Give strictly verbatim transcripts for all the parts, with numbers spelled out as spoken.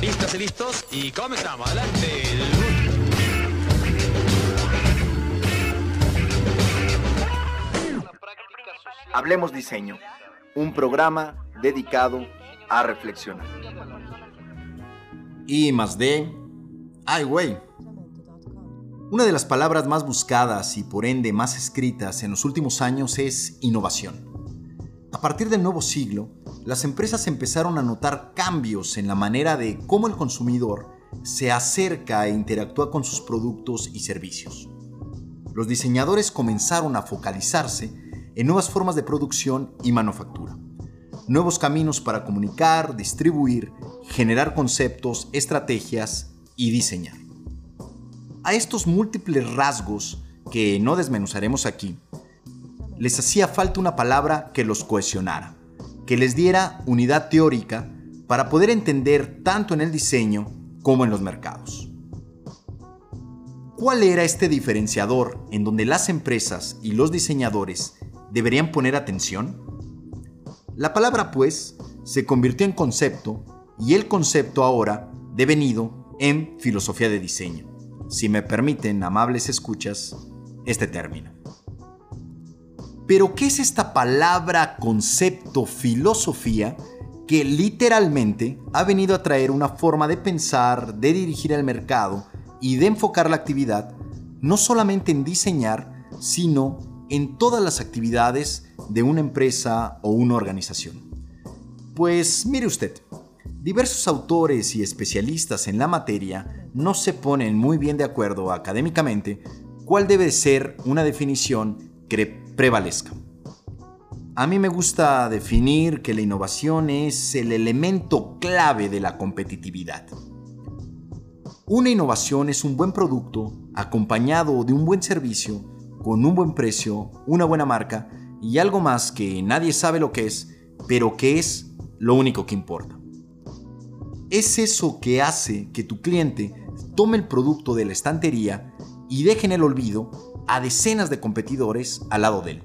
Listas y listos y comenzamos. Adelante. Hablemos Diseño, un programa dedicado a reflexionar. I más D. Ay, güey. Una de las palabras más buscadas y por ende más escritas en los últimos años es innovación. A partir del nuevo siglo, las empresas empezaron a notar cambios en la manera de cómo el consumidor se acerca e interactúa con sus productos y servicios. Los diseñadores comenzaron a focalizarse en nuevas formas de producción y manufactura, nuevos caminos para comunicar, distribuir, generar conceptos, estrategias y diseñar. A estos múltiples rasgos, que no desmenuzaremos aquí, les hacía falta una palabra que los cohesionara, que les diera unidad teórica para poder entender tanto en el diseño como en los mercados. ¿Cuál era este diferenciador en donde las empresas y los diseñadores deberían poner atención? La palabra, pues, se convirtió en concepto y el concepto ahora devenido en filosofía de diseño. Si me permiten, amables escuchas, este término. Pero, ¿qué es esta palabra, concepto, filosofía, que literalmente ha venido a traer una forma de pensar, de dirigir el mercado y de enfocar la actividad, no solamente en diseñar, sino en todas las actividades de una empresa o una organización? Pues mire usted, diversos autores y especialistas en la materia no se ponen muy bien de acuerdo académicamente cuál debe ser una definición que prevalezca. A mí me gusta definir que la innovación es el elemento clave de la competitividad. Una innovación es un buen producto acompañado de un buen servicio, con un buen precio, una buena marca y algo más que nadie sabe lo que es, pero que es lo único que importa. Es eso que hace que tu cliente tome el producto de la estantería y deje en el olvido a decenas de competidores al lado de él.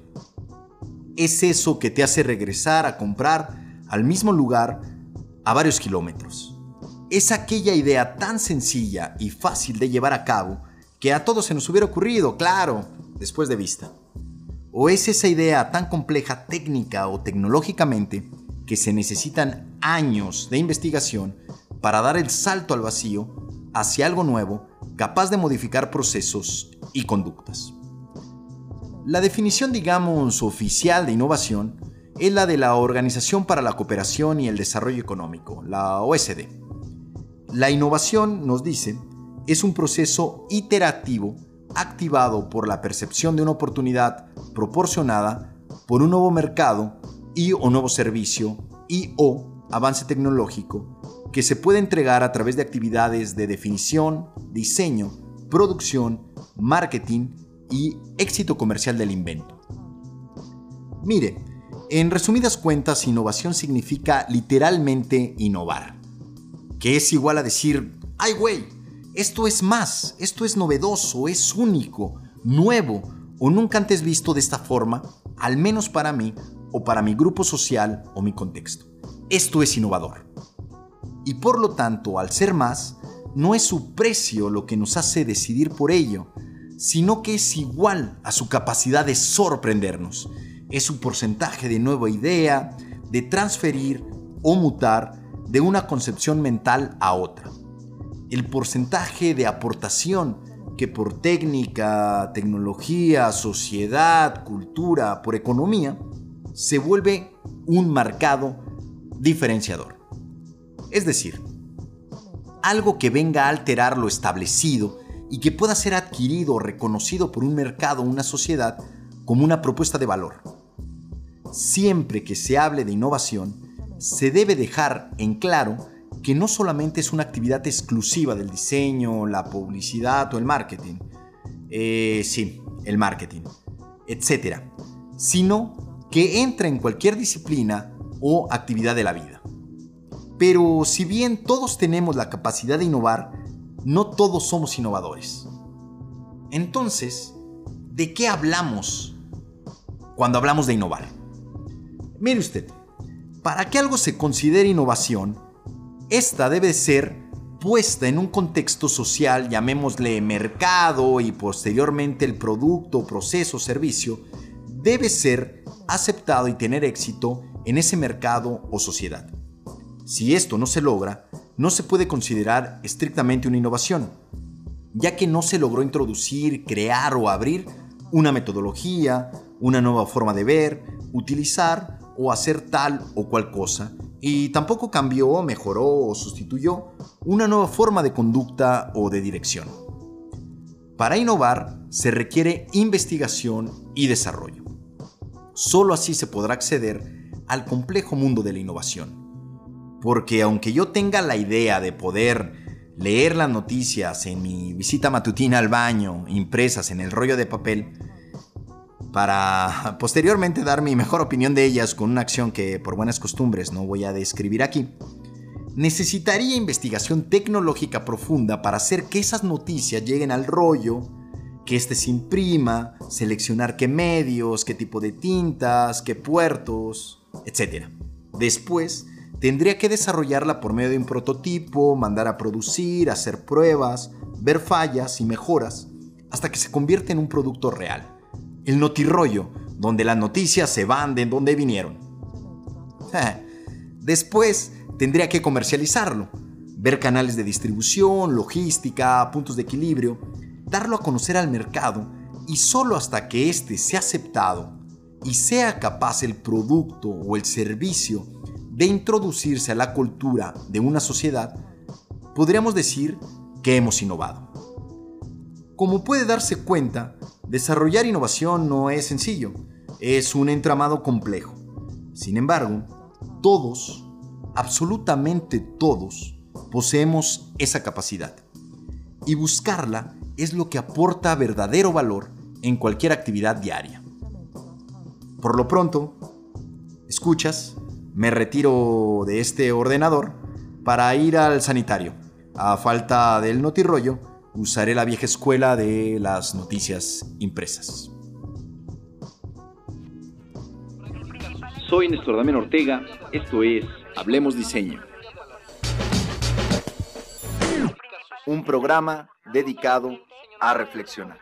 Es eso que te hace regresar a comprar al mismo lugar a varios kilómetros. Es aquella idea tan sencilla y fácil de llevar a cabo que a todos se nos hubiera ocurrido, claro, después de vista. O es esa idea tan compleja técnica o tecnológicamente que se necesitan años de investigación para dar el salto al vacío hacia algo nuevo, capaz de modificar procesos y conductas. La definición, digamos, oficial de innovación es la de la Organización para la Cooperación y el Desarrollo Económico, la O E C D. La innovación, nos dice, es un proceso iterativo activado por la percepción de una oportunidad proporcionada por un nuevo mercado y o nuevo servicio y o avance tecnológico que se puede entregar a través de actividades de definición, diseño, producción, marketing y éxito comercial del invento. Mire, en resumidas cuentas, innovación significa literalmente innovar, que es igual a decir, ¡ay güey! Esto es más, esto es novedoso, es único, nuevo o nunca antes visto de esta forma, al menos para mí o para mi grupo social o mi contexto. Esto es innovador. Y por lo tanto, al ser más, no es su precio lo que nos hace decidir por ello, sino que es igual a su capacidad de sorprendernos. Es su porcentaje de nueva idea, de transferir o mutar de una concepción mental a otra. El porcentaje de aportación que por técnica, tecnología, sociedad, cultura, por economía, se vuelve un marcado diferenciador. Es decir, algo que venga a alterar lo establecido y que pueda ser adquirido o reconocido por un mercado o una sociedad como una propuesta de valor. Siempre que se hable de innovación, se debe dejar en claro que no solamente es una actividad exclusiva del diseño, la publicidad o el marketing, eh, sí, el marketing, etcétera, sino que entra en cualquier disciplina o actividad de la vida. Pero si bien todos tenemos la capacidad de innovar, no todos somos innovadores. Entonces, ¿de qué hablamos cuando hablamos de innovar? Mire usted, para que algo se considere innovación, esta debe ser puesta en un contexto social, llamémosle mercado, y posteriormente el producto, proceso, servicio, debe ser aceptado y tener éxito en ese mercado o sociedad. Si esto no se logra, no se puede considerar estrictamente una innovación, ya que no se logró introducir, crear o abrir una metodología, una nueva forma de ver, utilizar o hacer tal o cual cosa, y tampoco cambió, mejoró o sustituyó una nueva forma de conducta o de dirección. Para innovar se requiere investigación y desarrollo. Solo así se podrá acceder al complejo mundo de la innovación. Porque aunque yo tenga la idea de poder leer las noticias en mi visita matutina al baño, impresas en el rollo de papel, para posteriormente dar mi mejor opinión de ellas con una acción que por buenas costumbres no voy a describir aquí, necesitaría investigación tecnológica profunda para hacer que esas noticias lleguen al rollo, que éste se imprima, seleccionar qué medios, qué tipo de tintas, qué puertos, etcétera. Después, tendría que desarrollarla por medio de un prototipo, mandar a producir, hacer pruebas, ver fallas y mejoras, hasta que se convierte en un producto real. El notirrollo, donde las noticias se van de donde vinieron. Después, tendría que comercializarlo, ver canales de distribución, logística, puntos de equilibrio, darlo a conocer al mercado, y solo hasta que éste sea aceptado y sea capaz el producto o el servicio de introducirse a la cultura de una sociedad, podríamos decir que hemos innovado. Como puede darse cuenta, desarrollar innovación no es sencillo, es un entramado complejo. Sin embargo, todos, absolutamente todos, poseemos esa capacidad. Y buscarla es lo que aporta verdadero valor en cualquier actividad diaria. Por lo pronto, escuchas, me retiro de este ordenador para ir al sanitario. A falta del notirrollo, usaré la vieja escuela de las noticias impresas. Soy Néstor Damián Ortega, esto es Hablemos Diseño. Un programa dedicado a reflexionar.